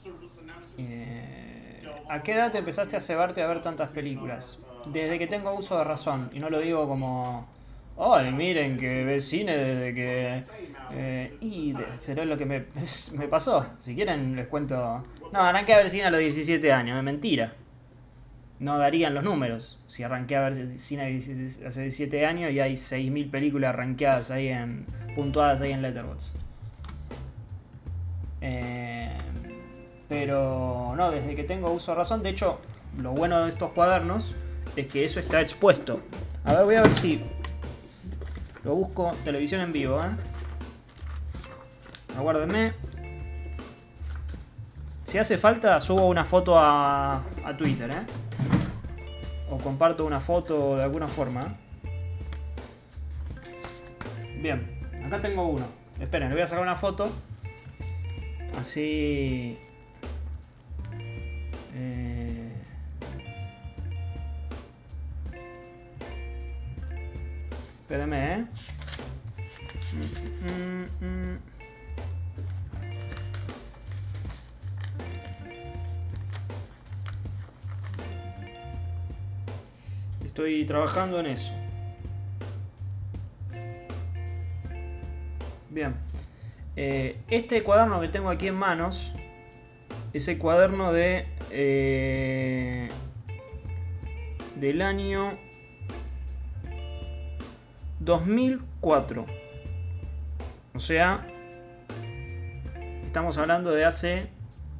¿A qué edad te empezaste a cebarte a ver tantas películas? Desde que tengo uso de razón. Y no lo digo como... Ay, miren que ve cine desde que... pero es lo que me pasó. Si quieren les cuento... No, arranqué a ver cine a los 17 años. Es mentira. No darían los números. Si arranqué a ver cine hace 17 años y hay 6.000 películas rankeadas ahí puntuadas ahí en Letterboxd. Pero no, desde que tengo uso de razón. De hecho, lo bueno de estos cuadernos es que eso está expuesto. A ver, voy a ver si lo busco. Televisión en vivo, aguárdenme. Si hace falta, subo una foto a Twitter, o comparto una foto de alguna forma. Bien, acá tengo uno. Esperen, le voy a sacar una foto. Así... Espérenme, Estoy trabajando en eso. Bien. Este cuaderno que tengo aquí en manos es el cuaderno del año 2004. O sea, estamos hablando de hace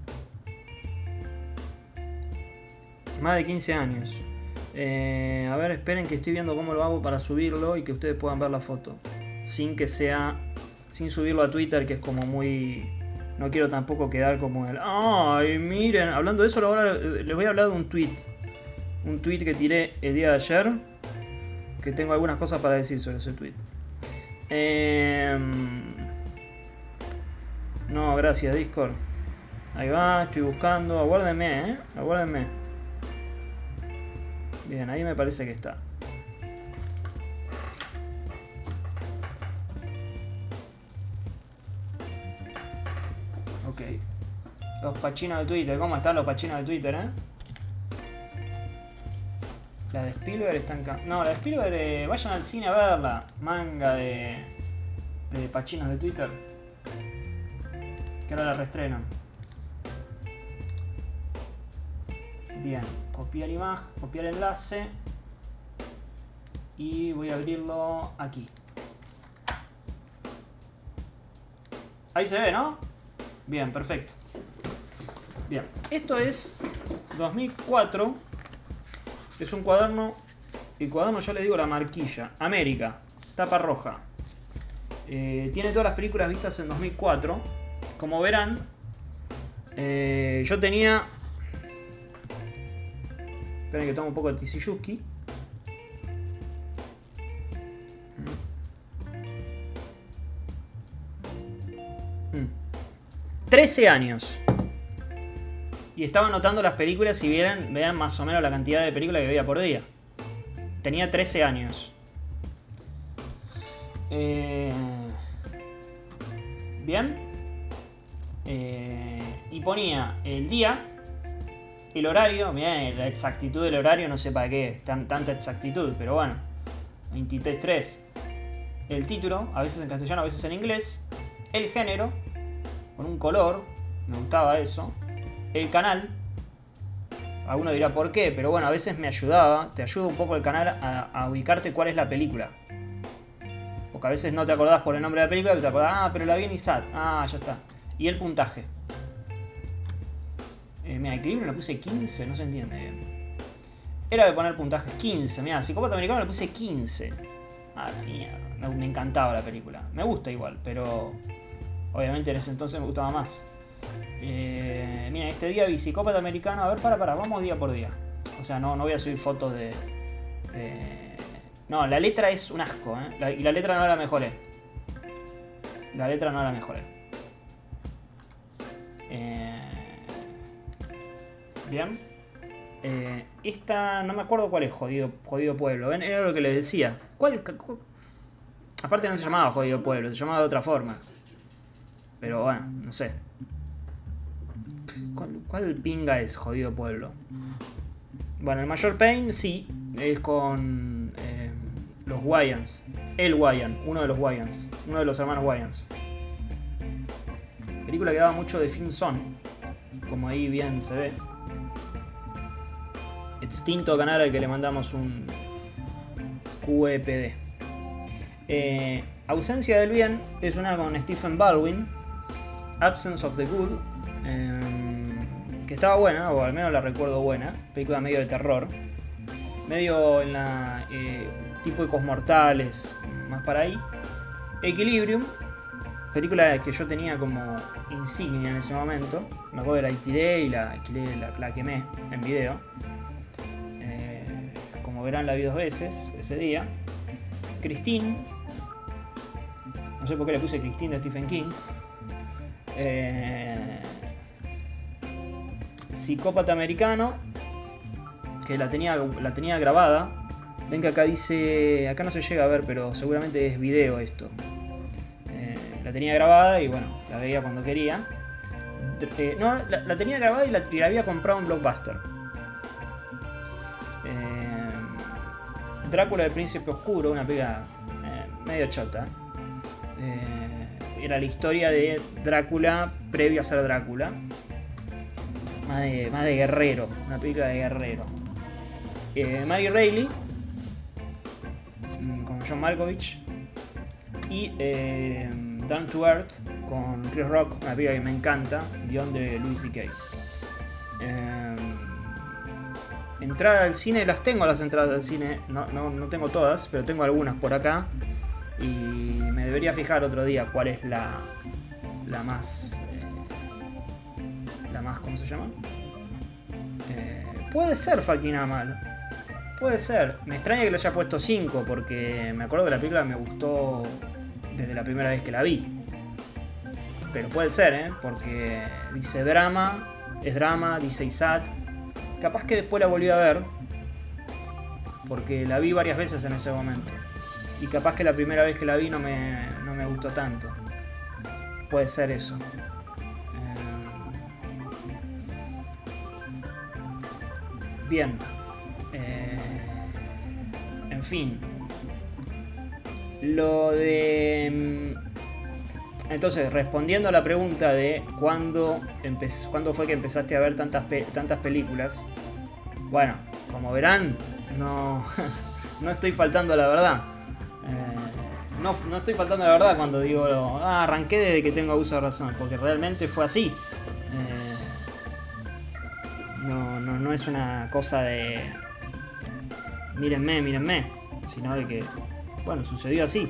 más de 15 años. A ver, esperen que estoy viendo cómo lo hago para subirlo y que ustedes puedan ver la foto. Sin subirlo a Twitter, que es como muy... No quiero tampoco quedar como el... ¡Ay, miren! Hablando de eso, ahora les voy a hablar de un tweet. Un tweet que tiré el día de ayer. Que tengo algunas cosas para decir sobre ese tweet. No, gracias, Discord. Ahí va, estoy buscando. Aguárdenme, aguárdenme. Bien, ahí me parece que está. Ok. Los pachinos de Twitter. ¿Cómo están los pachinos de Twitter, La de Spielberg están... No, la de Spielberg, vayan al cine a verla. Manga de pachinos de Twitter. Que ahora la reestrenan. Bien, copiar imagen, copiar enlace. Y voy a abrirlo aquí. Ahí se ve, ¿no? Bien, perfecto. Bien, esto es 2004. Es un cuaderno. El cuaderno, ya le digo la marquilla. América, tapa roja. Tiene todas las películas vistas en 2004. Como verán, yo tenía... Esperen que tomo un poco de Tishiyuki. 13 años. Y estaba anotando las películas y vean más o menos la cantidad de películas que veía por día. Tenía 13 años. Bien. Y ponía el día, el horario. Mirá, la exactitud del horario, no sé para qué tanta exactitud, pero bueno. 23:03. El título, a veces en castellano, a veces en inglés. El género, con un color, me gustaba eso. El canal, alguno dirá por qué, pero bueno, a veces me ayudaba. Te ayuda un poco el canal a ubicarte cuál es la película. Porque a veces no te acordás por el nombre de la película, pero te acordás, pero la vi en ISAT. Ya está. Y el puntaje. Mira, equilibrio le puse 15, no se entiende bien. Era de poner puntaje 15, mira, Psicópata Americano le puse 15. La mierda, me encantaba la película. Me gusta igual, pero obviamente en ese entonces me gustaba más. Mira, este día vi Psicópata Americano. A ver, para, vamos día por día. O sea, no voy a subir fotos de... No, la letra es un asco, y la letra no la mejoré. Bien. Esta no me acuerdo cuál es, Jodido Pueblo. ¿Ven? Era lo que les decía. Aparte no se llamaba Jodido Pueblo, se llamaba de otra forma. Pero bueno, no sé. ¿Cuál pinga es Jodido Pueblo? Bueno, el Major Payne sí, es con los Wayans. El Wayan, uno de los Wayans, uno de los hermanos Wayans. Película que daba mucho de Film Zone, como ahí bien se ve. Extinto canal al que le mandamos un QEPD. Ausencia del Bien es una con Stephen Baldwin. Absence of the Good, que estaba buena, o al menos la recuerdo buena. Película medio de terror, medio en la tipo Ecos Mortales, más para ahí. Equilibrium, película que yo tenía como insignia en ese momento. Me acuerdo que la alquilé y la quemé en video. Como verán, la vi 2 veces ese día. Christine, no sé por qué le puse Christine de Stephen King. Psicópata Americano, que la tenía grabada. Ven que acá dice, acá no se llega a ver, pero seguramente es video esto. La tenía grabada y bueno, la veía cuando quería. No, la tenía grabada y la había comprado en Blockbuster. Drácula del Príncipe Oscuro, una película medio chota. Era la historia de Drácula previo a ser Drácula. Más de guerrero, una película de guerrero. Maggie Reilly con John Malkovich. Y Down to Earth con Chris Rock, una película que me encanta, guión de Louis C.K. Entrada al cine, las tengo las entradas al cine, no tengo todas, pero tengo algunas por acá. Y me debería fijar otro día cuál es la más... ¿cómo se llama? Puede ser Fucking Amal. Puede ser. Me extraña que le haya puesto 5 porque me acuerdo de la película, me gustó desde la primera vez que la vi. Pero puede ser, porque dice drama, es drama, dice ISAT. Capaz que después la volví a ver porque la vi varias veces en ese momento. Y capaz que la primera vez que la vi no me gustó tanto. Puede ser eso. Bien. En fin. Lo de... Entonces, respondiendo a la pregunta de cuándo fue que empezaste a ver tantas películas. Bueno, como verán, no estoy faltando a la verdad. No estoy faltando a la verdad cuando digo arranqué desde que tengo uso de razón, porque realmente fue así. No es una cosa de mírenme, sino de que, bueno, sucedió así.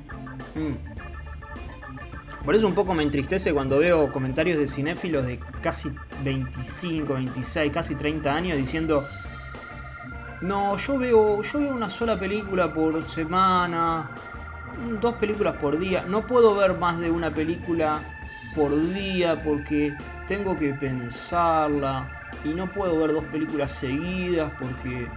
Por eso un poco me entristece cuando veo comentarios de cinéfilos de casi 25, 26, casi 30 años diciendo: no, yo veo una sola película por semana, 2 películas por día, no puedo ver más de una película por día porque tengo que pensarla y no puedo ver 2 películas seguidas porque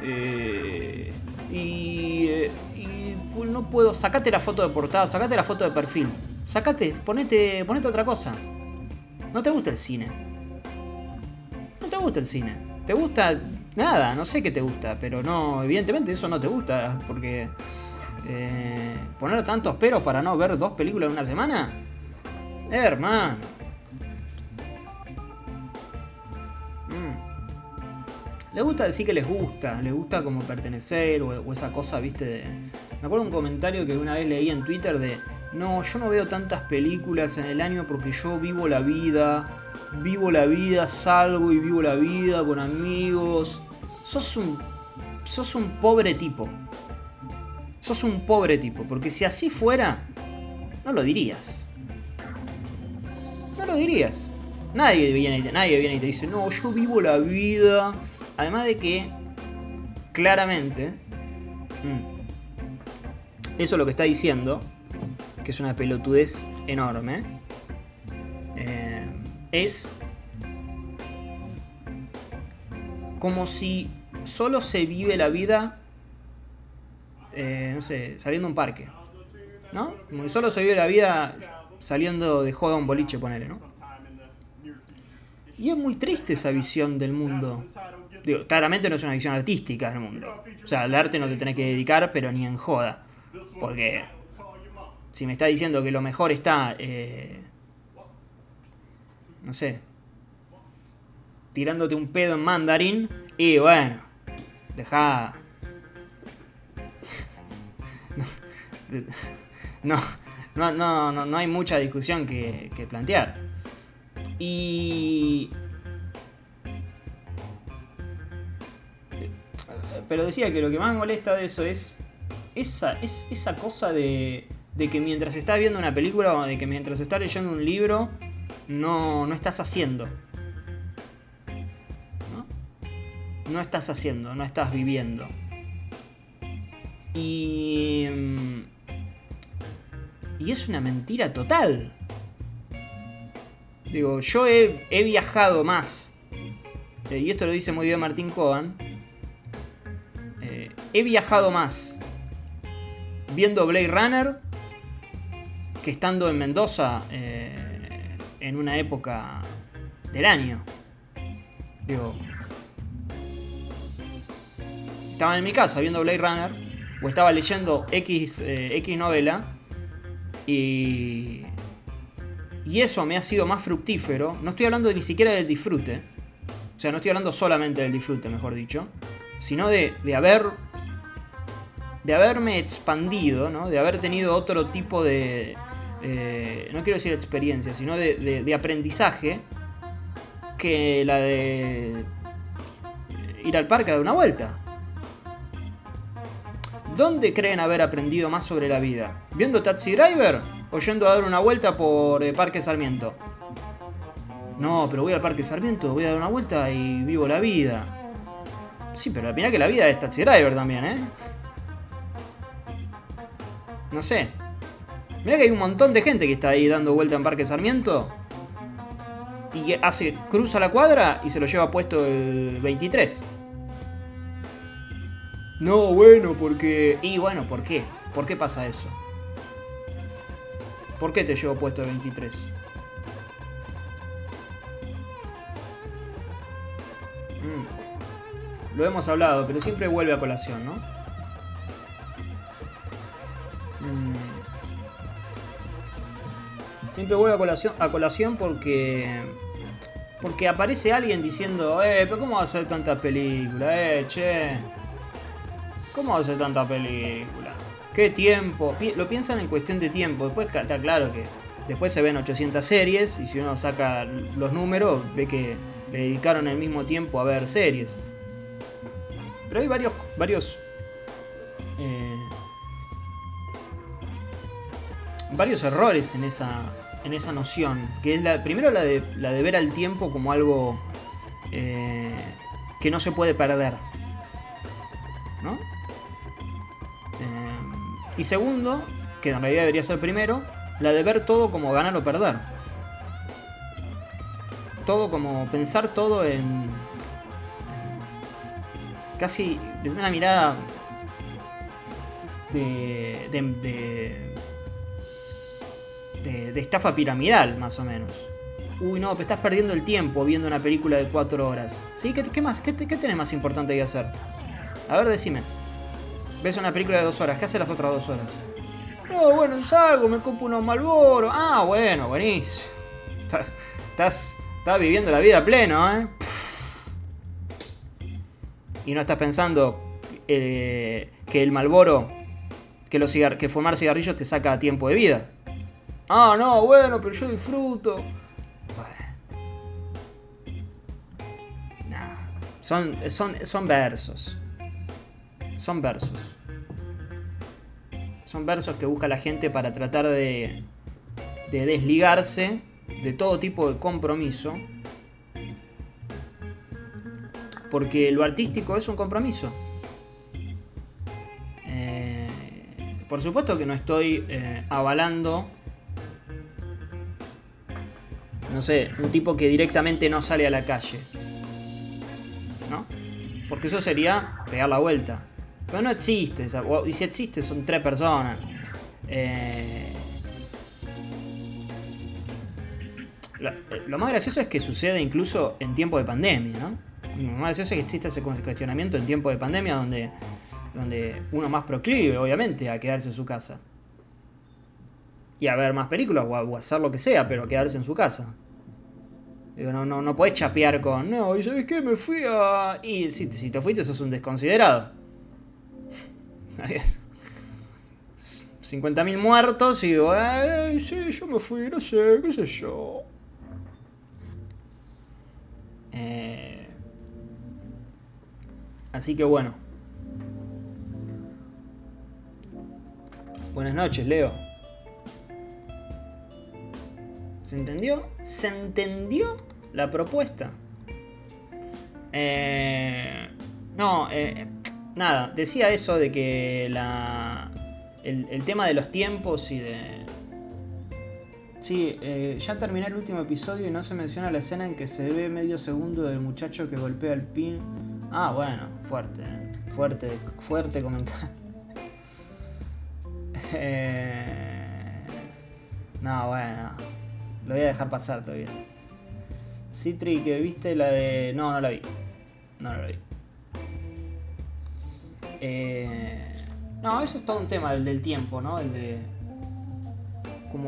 no puedo. Sacate la foto de portada, sacate la foto de perfil, ponete otra cosa. ¿No te gusta el cine? ¿Te gusta nada? No sé qué te gusta, pero no, evidentemente eso no te gusta, porque poner tantos peros para no ver 2 películas en una semana, hermano. Les gusta decir que les gusta como pertenecer o esa cosa, viste, me acuerdo un comentario que una vez leí en Twitter de: no, yo no veo tantas películas en el año porque yo vivo la vida, salgo y vivo la vida con amigos. Sos un pobre tipo. Porque si así fuera, no lo dirías. Nadie viene y te dice: no, yo vivo la vida. Además de que, claramente, eso lo que está diciendo, que es una pelotudez enorme, es como si solo se vive la vida, no sé, saliendo a un parque, ¿no? Como si solo se vive la vida saliendo de joda a un boliche, ponele, ¿no? Y es muy triste esa visión del mundo. Digo, claramente no es una visión artística del mundo. O sea, al arte no te tenés que dedicar, pero ni en joda. Porque si me está diciendo que lo mejor está, no sé, tirándote un pedo en mandarín, y bueno, dejá. No hay mucha discusión que plantear. Pero decía que lo que más molesta de eso es esa cosa de que mientras estás viendo una película o de que mientras estás leyendo un libro no estás haciendo. No estás haciendo, no estás viviendo. Y es una mentira total. Digo, yo he viajado más. Y esto lo dice muy bien Martín Cohen. He viajado más viendo Blade Runner que estando en Mendoza en una época del año. Digo, estaba en mi casa viendo Blade Runner o estaba leyendo X novela y eso me ha sido más fructífero. No estoy hablando ni siquiera del disfrute, o sea, no estoy hablando solamente del disfrute, mejor dicho, sino de haberme expandido, ¿no? De haber tenido otro tipo de no quiero decir experiencia, sino de aprendizaje, que la de ir al parque a dar una vuelta. ¿Dónde creen haber aprendido más sobre la vida? ¿Viendo Taxi Driver o yendo a dar una vuelta por Parque Sarmiento? No, pero voy al Parque Sarmiento, voy a dar una vuelta y vivo la vida. Sí, pero mirá que la vida es Taxi Driver también, ¿eh? No sé. Mirá que hay un montón de gente que está ahí dando vuelta en Parque Sarmiento y que cruza la cuadra y se lo lleva puesto el 23. No, bueno, porque... Y bueno, ¿por qué? ¿Por qué pasa eso? ¿Por qué te llevo puesto el 23? Lo hemos hablado, pero siempre vuelve a colación, ¿no? Siempre vuelve a colación porque aparece alguien diciendo, pero ¿cómo va a hacer tanta película? Che... ¿Cómo va a hacer tanta película? ¿Qué tiempo? Lo piensan en cuestión de tiempo. Después está claro que después se ven 800 series y si uno saca los números ve que le dedicaron el mismo tiempo a ver series. Pero hay varios errores en esa noción, que es primero la de ver al tiempo como algo que no se puede perder, ¿no? Y segundo, que en realidad debería ser primero, la de ver todo como ganar o perder. Todo como pensar todo en casi de una mirada de estafa piramidal, más o menos. Uy, no, pero estás perdiendo el tiempo viendo una película de 4 horas. ¿Sí? ¿Qué más? ¿Qué tenés más importante que hacer? A ver, decime. Ves una película de 2 horas, ¿qué haces las otras 2 horas? No, bueno, salgo, me compro unos Marlboro. Ah, bueno, buenísimo. Estás viviendo la vida a pleno, ¿eh? Y no estás pensando que el Marlboro, que fumar cigarrillos te saca tiempo de vida. Ah, no, bueno, pero yo disfruto. Nah, son versos. Son versos. Son versos que busca la gente para tratar de desligarse de todo tipo de compromiso. Porque lo artístico es un compromiso. Por supuesto que no estoy avalando, no sé, un tipo que directamente no sale a la calle, ¿no? Porque eso sería pegar la vuelta. Pero no existe, y si existe son 3 personas. Lo más gracioso es que sucede incluso en tiempo de pandemia, ¿no? Lo más gracioso es que existe ese cuestionamiento en tiempo de pandemia donde uno más proclive, obviamente, a quedarse en su casa. Y a ver más películas o a hacer lo que sea, pero a quedarse en su casa. Digo, no podés chapear con, no, ¿y sabés qué? Me fui a... Y si te fuiste sos un desconsiderado. 50.000 muertos y digo, sí, yo me fui, no sé, qué sé yo. Así que bueno. Buenas noches, Leo. ¿Se entendió? ¿Se entendió la propuesta? Nada, decía eso de que el tema de los tiempos y de... Sí, ya terminé el último episodio y no se menciona la escena en que se ve medio segundo del muchacho que golpea el pin. Ah, bueno, fuerte comentario. No, bueno, lo voy a dejar pasar todavía. Citri, que viste la de... No la vi. No la vi. No, eso es todo un tema, el del tiempo, ¿no? El de... Como...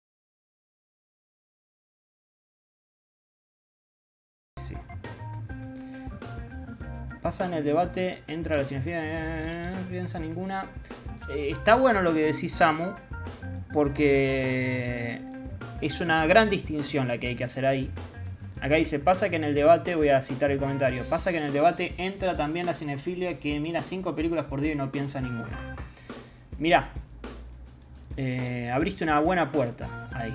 Sí. Pasa en el debate, entra la cinefilia, no piensa ninguna. Está bueno lo que decís, Samu, porque es una gran distinción la que hay que hacer ahí. Acá dice, pasa que en el debate, voy a citar el comentario, pasa que en el debate entra también la cinefilia que mira 5 películas por día y no piensa ninguna. Mirá, abriste una buena puerta ahí.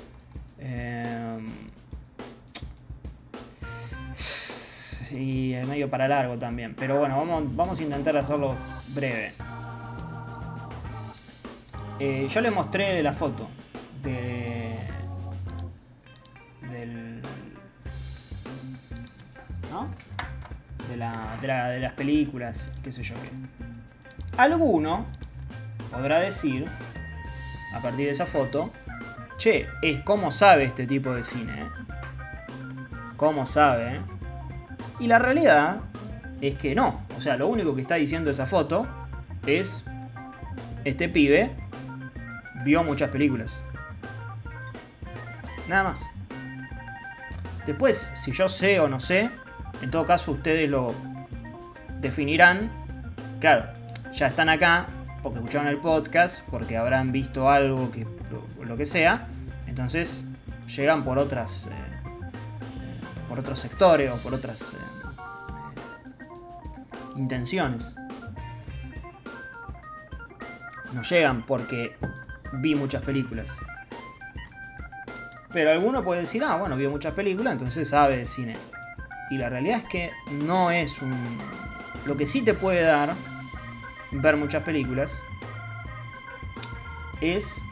Y es medio para largo también, pero bueno, vamos a intentar hacerlo breve. Yo les mostré la foto ¿no? de las películas, qué sé yo qué. Alguno podrá decir, a partir de esa foto, che, ¿cómo sabe este tipo de cine? ¿Cómo sabe? Y la realidad es que no. O sea, lo único que está diciendo esa foto es, este pibe vio muchas películas. Nada más. Después, si yo sé o no sé, en todo caso ustedes lo definirán. Claro, ya están acá porque escucharon el podcast, porque habrán visto algo, que lo que sea. Entonces llegan por otros sectores o por otras intenciones. No llegan porque vi muchas películas. Pero alguno puede decir, bueno, vio muchas películas, entonces sabe de cine. Y la realidad es que no es lo que sí te puede dar ver muchas películas es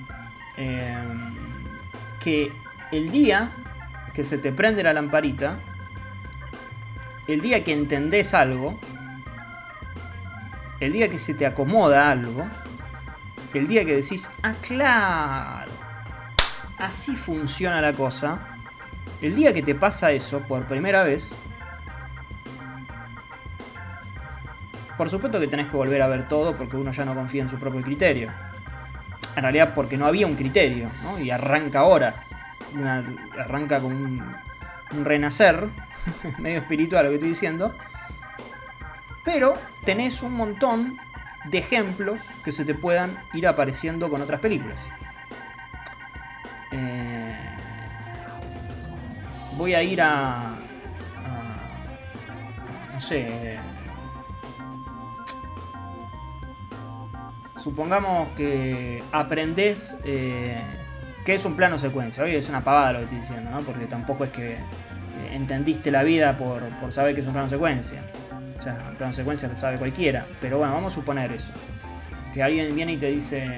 que el día que se te prende la lamparita, el día que entendés algo, el día que se te acomoda algo, el día que decís, claro, así funciona la cosa, el día que te pasa eso por primera vez, por supuesto que tenés que volver a ver todo porque uno ya no confía en su propio criterio. En realidad porque no había un criterio, ¿no? Y arranca ahora. Arranca con un renacer medio espiritual lo que estoy diciendo. Pero tenés un montón de ejemplos que se te puedan ir apareciendo con otras películas. Voy a ir a no sé, supongamos que aprendés qué es un plano secuencia. Hoy es una pavada lo que estoy diciendo, ¿no? Porque tampoco es que entendiste la vida por saber qué es un plano secuencia. O sea, un plano secuencia lo sabe cualquiera. Pero bueno, vamos a suponer eso. Que alguien viene y te dice,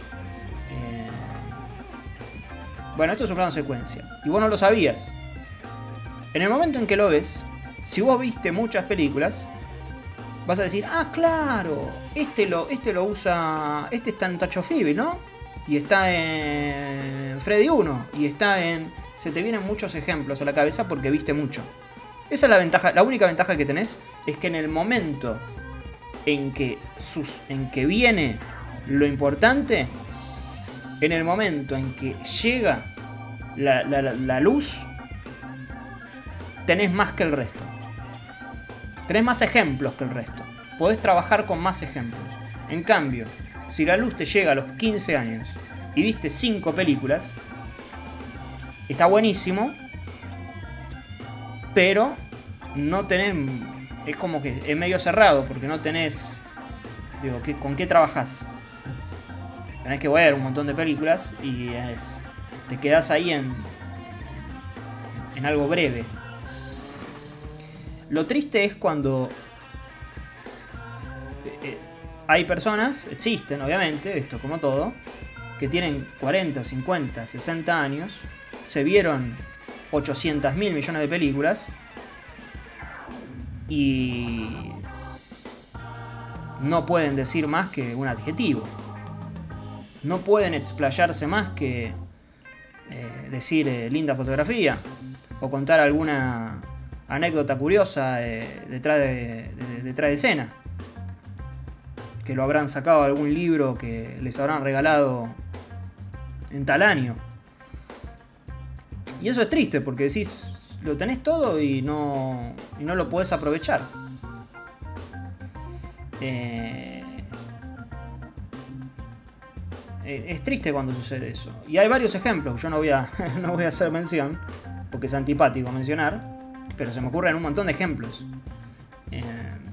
bueno, esto es un plano secuencia. Y vos no lo sabías. En el momento en que lo ves, si vos viste muchas películas, vas a decir, claro, este lo usa, este está en Touch of Evil, ¿no? Y está en Freddy 1, y está en se te vienen muchos ejemplos a la cabeza porque viste mucho. Esa es la ventaja, la única ventaja que tenés es que en el momento en que viene lo importante, en el momento en que llega la luz, tenés más que el resto. Tenés más ejemplos que el resto. Podés trabajar con más ejemplos. En cambio, si la luz te llega a los 15 años y viste 5 películas, está buenísimo, pero no tenés... Es como que es medio cerrado, porque no tenés... Digo, ¿con qué trabajás? Tenés que ver un montón de películas y te quedás ahí en algo breve. Lo triste es cuando hay personas, existen obviamente, esto como todo, que tienen 40, 50, 60 años, se vieron 800.000 millones de películas y no pueden decir más que un adjetivo. No pueden explayarse más que decir linda fotografía o contar alguna anécdota curiosa detrás de escena, que lo habrán sacado de algún libro que les habrán regalado en tal año. Y eso es triste porque decís, lo tenés todo y no lo podés aprovechar. Es triste cuando sucede eso. Y hay varios ejemplos, yo no voy a hacer mención, porque es antipático mencionar, pero se me ocurren un montón de ejemplos.